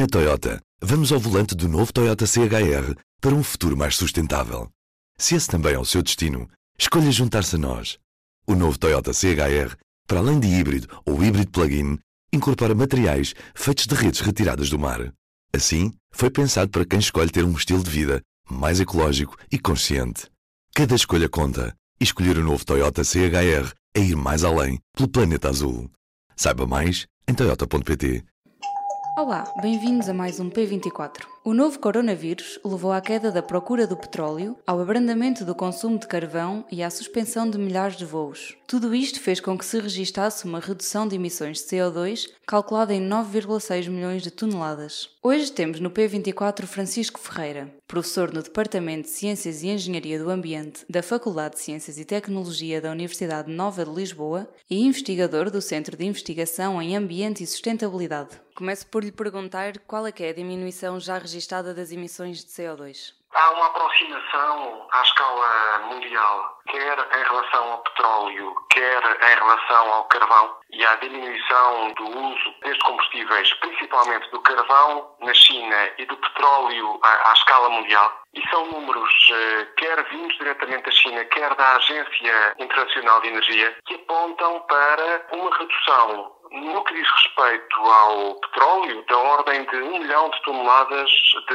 Na Toyota, vamos ao volante do novo Toyota CHR para um futuro mais sustentável. Se esse também é o seu destino, escolha juntar-se a nós. O novo Toyota CHR, para além de híbrido ou híbrido plug-in, incorpora materiais feitos de redes retiradas do mar. Assim, foi pensado para quem escolhe ter um estilo de vida mais ecológico e consciente. Cada escolha conta, e escolher o novo Toyota CHR é ir mais além pelo planeta azul. Saiba mais em toyota.pt. Olá, bem-vindos a mais um P24. O novo coronavírus levou à queda da procura do petróleo, ao abrandamento do consumo de carvão e à suspensão de milhares de voos. Tudo isto fez com que se registasse uma redução de emissões de CO2 calculada em 9,6 milhões de toneladas. Hoje temos no P24 Francisco Ferreira, professor no Departamento de Ciências e Engenharia do Ambiente da Faculdade de Ciências e Tecnologia da Universidade Nova de Lisboa e investigador do Centro de Investigação em Ambiente e Sustentabilidade. Começo por lhe perguntar qual é que é a diminuição já registada das emissões de CO2. Há uma aproximação à escala mundial, quer em relação ao petróleo, quer em relação ao carvão, e há diminuição do uso destes combustíveis, principalmente do carvão na China e do petróleo à escala mundial. E são números, quer vindos diretamente da China, quer da Agência Internacional de Energia, que apontam para uma redução no que diz respeito ao petróleo, da ordem de 1 milhão de toneladas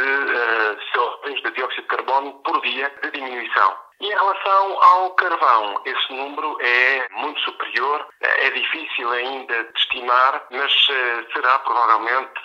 de CO2, de dióxido de carbono, por dia de diminuição. E em relação ao carvão, esse número é muito superior, é difícil ainda de estimar, mas será provavelmente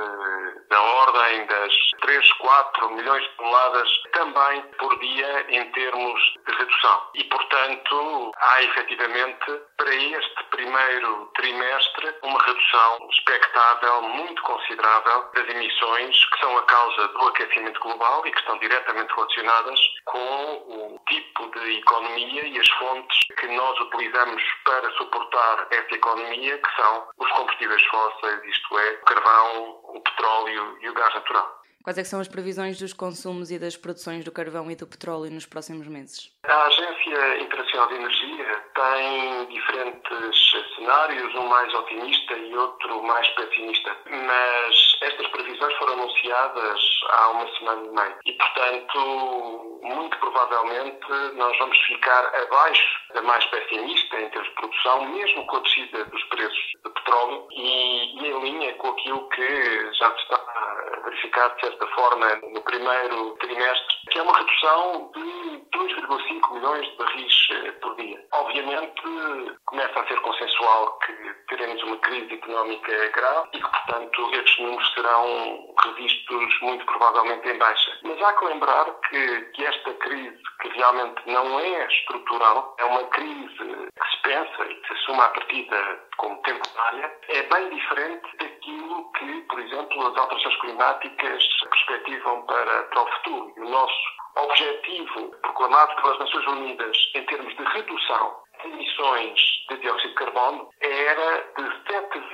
da ordem das 3, 4 milhões de toneladas também por dia em termos de redução. E, portanto, há efetivamente para este primeiro trimestre uma redução expectável muito considerável das emissões que são a causa do aquecimento global e que estão diretamente relacionadas com o tipo de economia e as fontes que nós utilizamos para suportar essa economia, que são os combustíveis fósseis, isto é, o carvão, o petróleo e o gás natural. Quais é que são as previsões dos consumos e das produções do carvão e do petróleo nos próximos meses? A Agência Internacional de Energia tem diferentes cenários, um mais otimista e outro mais pessimista, mas estas previsões foram anunciadas há uma semana e meia e, portanto, muito provavelmente nós vamos ficar abaixo da mais pessimista em termos de produção, mesmo com a descida dos preços de petróleo e em linha com aquilo que já se está a verificar, de certa forma, no primeiro trimestre, que é uma redução de 2,5 milhões de barris por dia. Obviamente, começa a ser consensual que teremos uma crise económica grave e que, portanto, estes números serão revistos muito provavelmente em baixa. Mas há que lembrar que esta crise, que realmente não é estrutural, é uma crise que se pensa e que se assume à partida como temporária, é bem diferente daquilo que, por exemplo, as alterações climáticas perspectivam para o futuro. E o nosso objetivo, proclamado pelas Nações Unidas em termos de redução de emissões de dióxido de carbono, era de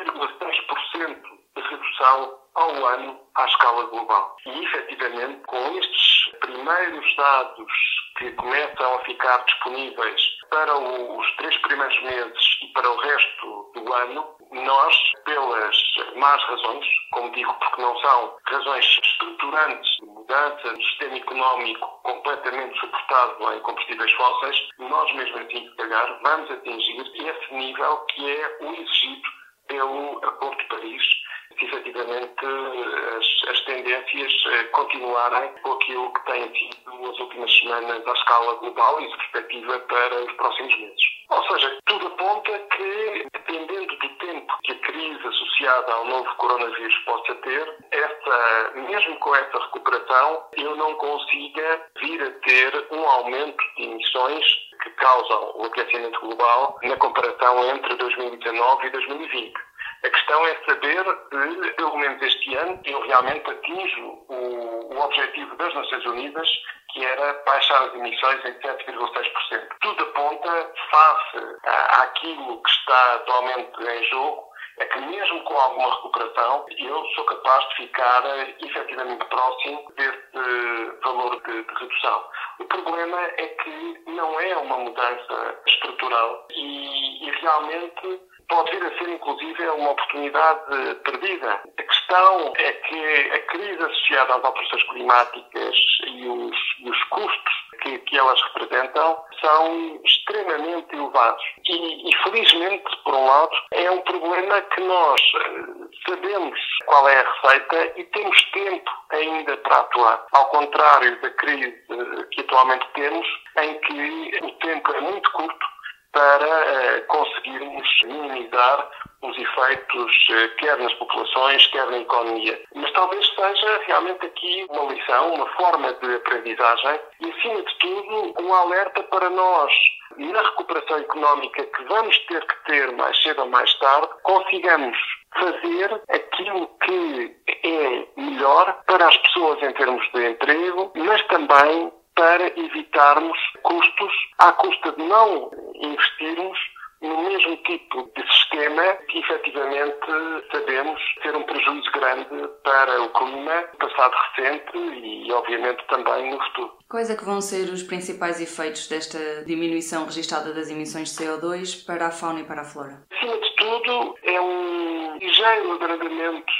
7,6% de redução ao ano à escala global. E, efetivamente, com estes primeiros dados que começam a ficar disponíveis para os 3 primeiros meses e para o resto do ano, nós, pelas más razões, como digo, porque não são razões estruturantes de mudança do sistema económico completamente suportado em combustíveis fósseis, nós mesmo assim, se calhar, vamos atingir esse nível que é o exigido pelo Acordo de Paris, se efetivamente as tendências continuarem com aquilo que tem sido nas últimas semanas à escala global e se perspectiva para os próximos meses. Ou seja, tudo aponta que, dependendo do tempo que a crise associada ao novo coronavírus possa ter, mesmo com essa recuperação, eu não consiga vir a ter um aumento de emissões que causam o aquecimento global na comparação entre 2019 e 2020. A questão é saber se, pelo menos este ano, eu realmente atinjo o objetivo das Nações Unidas, que era baixar as emissões em 7,6%. Tudo aponta, face àquilo que está atualmente em jogo, é que mesmo com alguma recuperação, eu sou capaz de ficar efetivamente próximo desse valor de redução. O problema é que não é uma mudança estrutural e realmente pode vir a ser, inclusive, uma oportunidade perdida. A questão questão é que a crise associada às alterações climáticas e os custos que elas representam são extremamente elevados. E felizmente, por um lado, é um problema que nós sabemos qual é a receita e temos tempo ainda para atuar. Ao contrário da crise que atualmente temos, em que o tempo é muito curto para conseguirmos minimizar os efeitos, quer nas populações, quer na economia. Mas talvez seja realmente aqui uma lição, uma forma de aprendizagem e, acima de tudo, um alerta para nós, na recuperação económica que vamos ter que ter mais cedo ou mais tarde, consigamos fazer aquilo que é melhor para as pessoas em termos de emprego, mas também para evitarmos custos à custa de não investirmos no mesmo tipo de sistema que efetivamente sabemos ter um prejuízo grande para o clima, passado recente e obviamente também no futuro. Quais é que vão ser os principais efeitos desta diminuição registada das emissões de CO2 para a fauna e para a flora? Acima de tudo, é um ligeiro abrandamento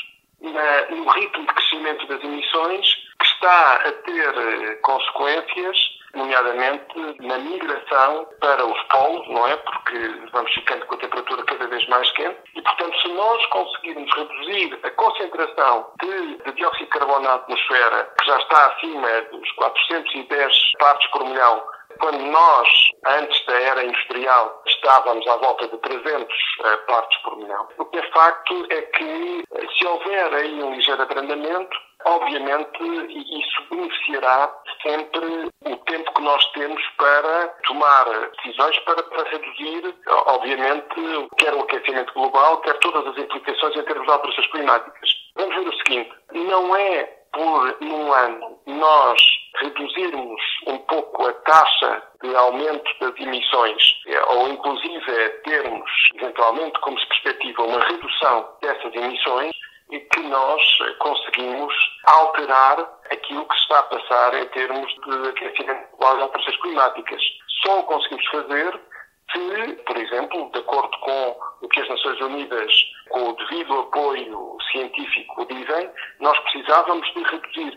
no ritmo de crescimento das emissões que está a ter consequências, nomeadamente na migração para os polos, não é? Porque vamos ficando com a temperatura cada vez mais quente e, portanto, se nós conseguirmos reduzir a concentração de dióxido de carbono na atmosfera, que já está acima dos 410 partes por milhão, quando nós, antes da era industrial, estávamos à volta de 300 partes por milhão. O que é facto é que, se houver aí um ligeiro abrandamento, obviamente isso beneficiará sempre o tempo que nós temos para tomar decisões para reduzir, obviamente, quer o aquecimento global, quer todas as implicações em termos de alterações climáticas. Vamos ver o seguinte, não é por num ano nós reduzirmos um pouco a taxa de aumento das emissões, ou inclusive termos, eventualmente, como se perspectiva, uma redução dessas emissões, e que nós conseguimos alterar aquilo que se está a passar em termos de aquecimento global e alterações climáticas. Só o conseguimos fazer se, por exemplo, de acordo com o que as Nações Unidas, com o devido apoio científico, dizem, nós precisávamos de reduzir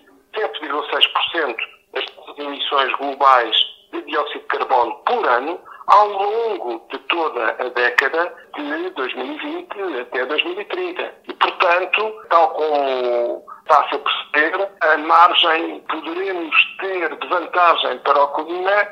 7,6% das emissões globais de dióxido de carbono por ano ao longo de toda a década de 2020 até 2030. E, portanto, tal como está-se a perceber, a margem que poderemos ter de vantagem para o clima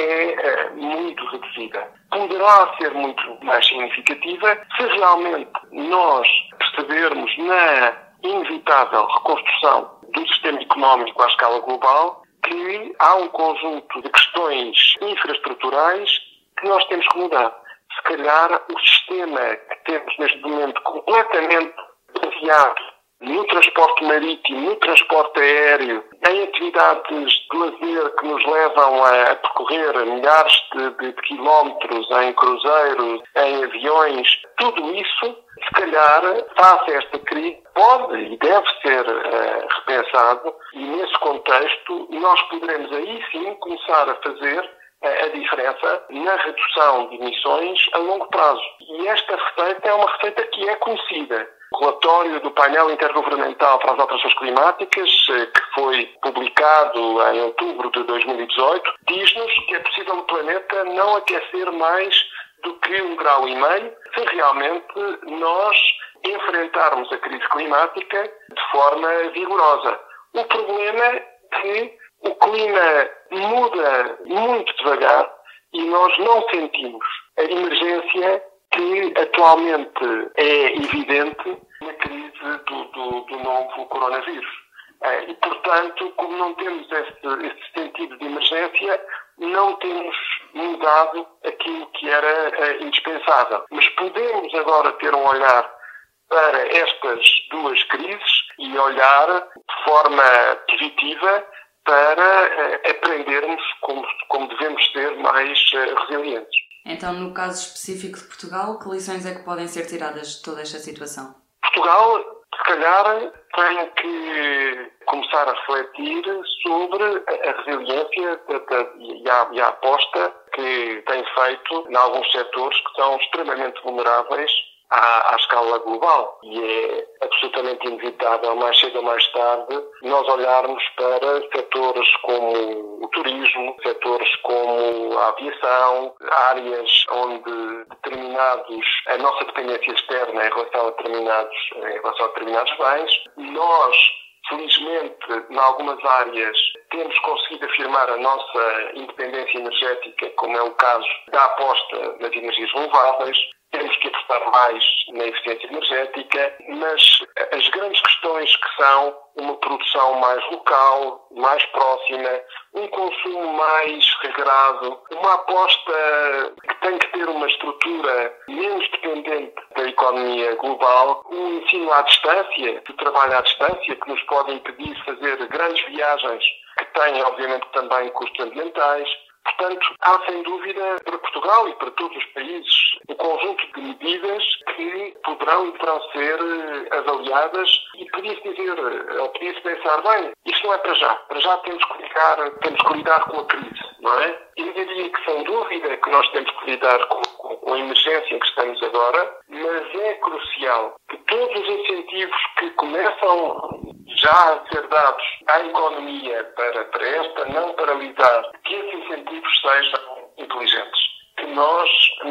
é muito reduzida. Poderá ser muito mais significativa se realmente nós percebermos na inevitável reconstrução do sistema económico à escala global que há um conjunto de questões infraestruturais que nós temos que mudar. Se calhar o sistema que temos neste momento completamente baseado no transporte marítimo, no transporte aéreo, em atividades de lazer que nos levam a percorrer milhares de quilómetros em cruzeiros, em aviões, tudo isso, se calhar, face a esta crise, pode e deve ser repensado e, nesse contexto, nós poderemos aí sim começar a fazer a diferença na redução de emissões a longo prazo. E esta receita é uma receita que é conhecida. O relatório do painel intergovernamental para as alterações climáticas, que foi publicado em outubro de 2018, diz-nos que é possível o planeta não aquecer mais do que 1,5 grau se realmente nós enfrentarmos a crise climática de forma vigorosa. O problema é que o clima muda muito devagar e nós não sentimos a emergência que atualmente é evidente na crise do novo coronavírus. E, portanto, como não temos esse sentido de emergência, não temos mudado aquilo que era indispensável. Mas podemos agora ter um olhar para estas duas crises e olhar de forma positiva para aprendermos como devemos ser mais resilientes. Então, no caso específico de Portugal, que lições é que podem ser tiradas de toda esta situação? Portugal, se calhar, tem que começar a refletir sobre a resiliência e a aposta que tem feito em alguns setores que são extremamente vulneráveis à escala global. E é absolutamente inevitável, mais cedo ou mais tarde, nós olharmos para setores como o turismo, setores como a aviação, áreas onde a nossa dependência externa em relação a determinados bens. Nós, felizmente, em algumas áreas, temos conseguido afirmar a nossa independência energética, como é o caso da aposta nas energias renováveis. Temos que apostar mais na eficiência energética, mas as grandes questões que são uma produção mais local, mais próxima, um consumo mais regrado, uma aposta que tem que ter uma estrutura menos dependente da economia global, um ensino à distância, o trabalho à distância, que nos pode impedir de fazer grandes viagens, que têm, obviamente, também custos ambientais. Portanto, há sem dúvida para Portugal e para todos os países um conjunto de medidas que poderão e deverão ser avaliadas e podia-se pensar, bem, isto não é para já. Para já temos que lidar com a crise, não é? Eu diria que sem dúvida que nós temos que lidar com a emergência em que estamos agora, mas é crucial que todos os incentivos que começam já a ser dados à economia para esta não paralisar, que esses incentivos sejam inteligentes. Que nós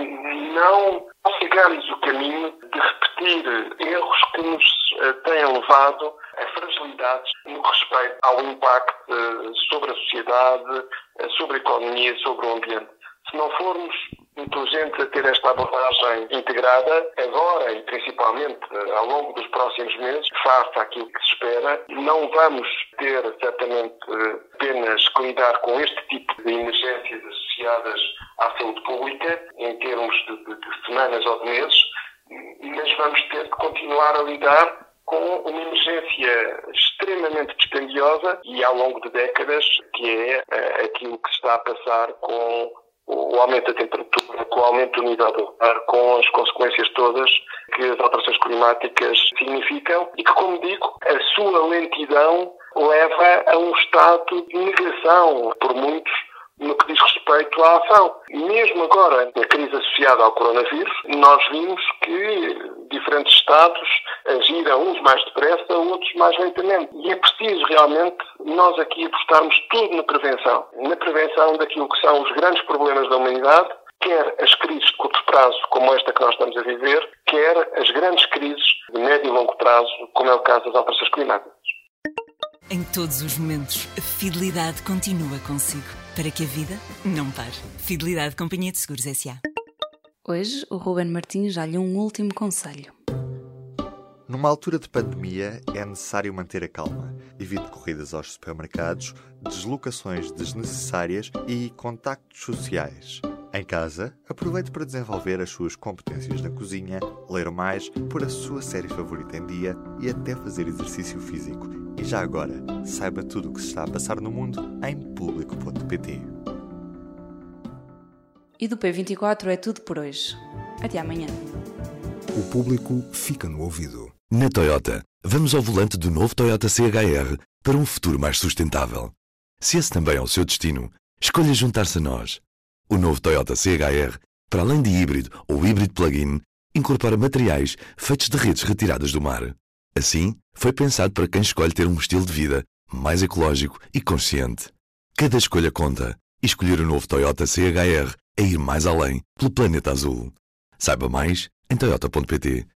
não sigamos o caminho de repetir erros que nos têm levado a fragilidades no que respeita ao impacto sobre a sociedade, sobre a economia, sobre o ambiente. Se não formos inteligentes a ter esta abordagem integrada, agora e principalmente ao longo dos próximos meses, face àquilo que se espera, não vamos ter certamente apenas que lidar com este tipo de emergências associadas à saúde pública, em termos de semanas ou de meses, mas vamos ter que continuar a lidar com uma emergência extremamente dispendiosa e ao longo de décadas, que é aquilo que se está a passar com o aumento da temperatura, com o aumento do nível do mar, com as consequências todas que as alterações climáticas significam e que, como digo, a sua lentidão leva a um estado de negação por muitos no que diz respeito à ação. Mesmo agora, na crise associada ao coronavírus, nós vimos que diferentes estados agiram uns mais depressa, outros mais lentamente. E é preciso realmente nós aqui apostarmos tudo na prevenção daquilo que são os grandes problemas da humanidade, quer as crises de curto prazo, como esta que nós estamos a viver, quer as grandes crises de médio e longo prazo, como é o caso das alterações climáticas. Em todos os momentos, a fidelidade continua consigo, para que a vida não pare. Fidelidade Companhia de Seguros S.A. Hoje, o Ruben Martins dá-lhe um último conselho. Numa altura de pandemia, é necessário manter a calma. Evite corridas aos supermercados, deslocações desnecessárias e contactos sociais. Em casa, aproveite para desenvolver as suas competências na cozinha, ler mais, pôr a sua série favorita em dia e até fazer exercício físico. E já agora, saiba tudo o que se está a passar no mundo em público.pt. E do P24 é tudo por hoje. Até amanhã. O público fica no ouvido. Na Toyota, vamos ao volante do novo Toyota CHR para um futuro mais sustentável. Se esse também é o seu destino, escolha juntar-se a nós. O novo Toyota CHR, para além de híbrido ou híbrido plug-in, incorpora materiais feitos de redes retiradas do mar. Assim, foi pensado para quem escolhe ter um estilo de vida mais ecológico e consciente. Cada escolha conta e escolher o novo Toyota CHR é ir mais além pelo planeta azul. Saiba mais em toyota.pt.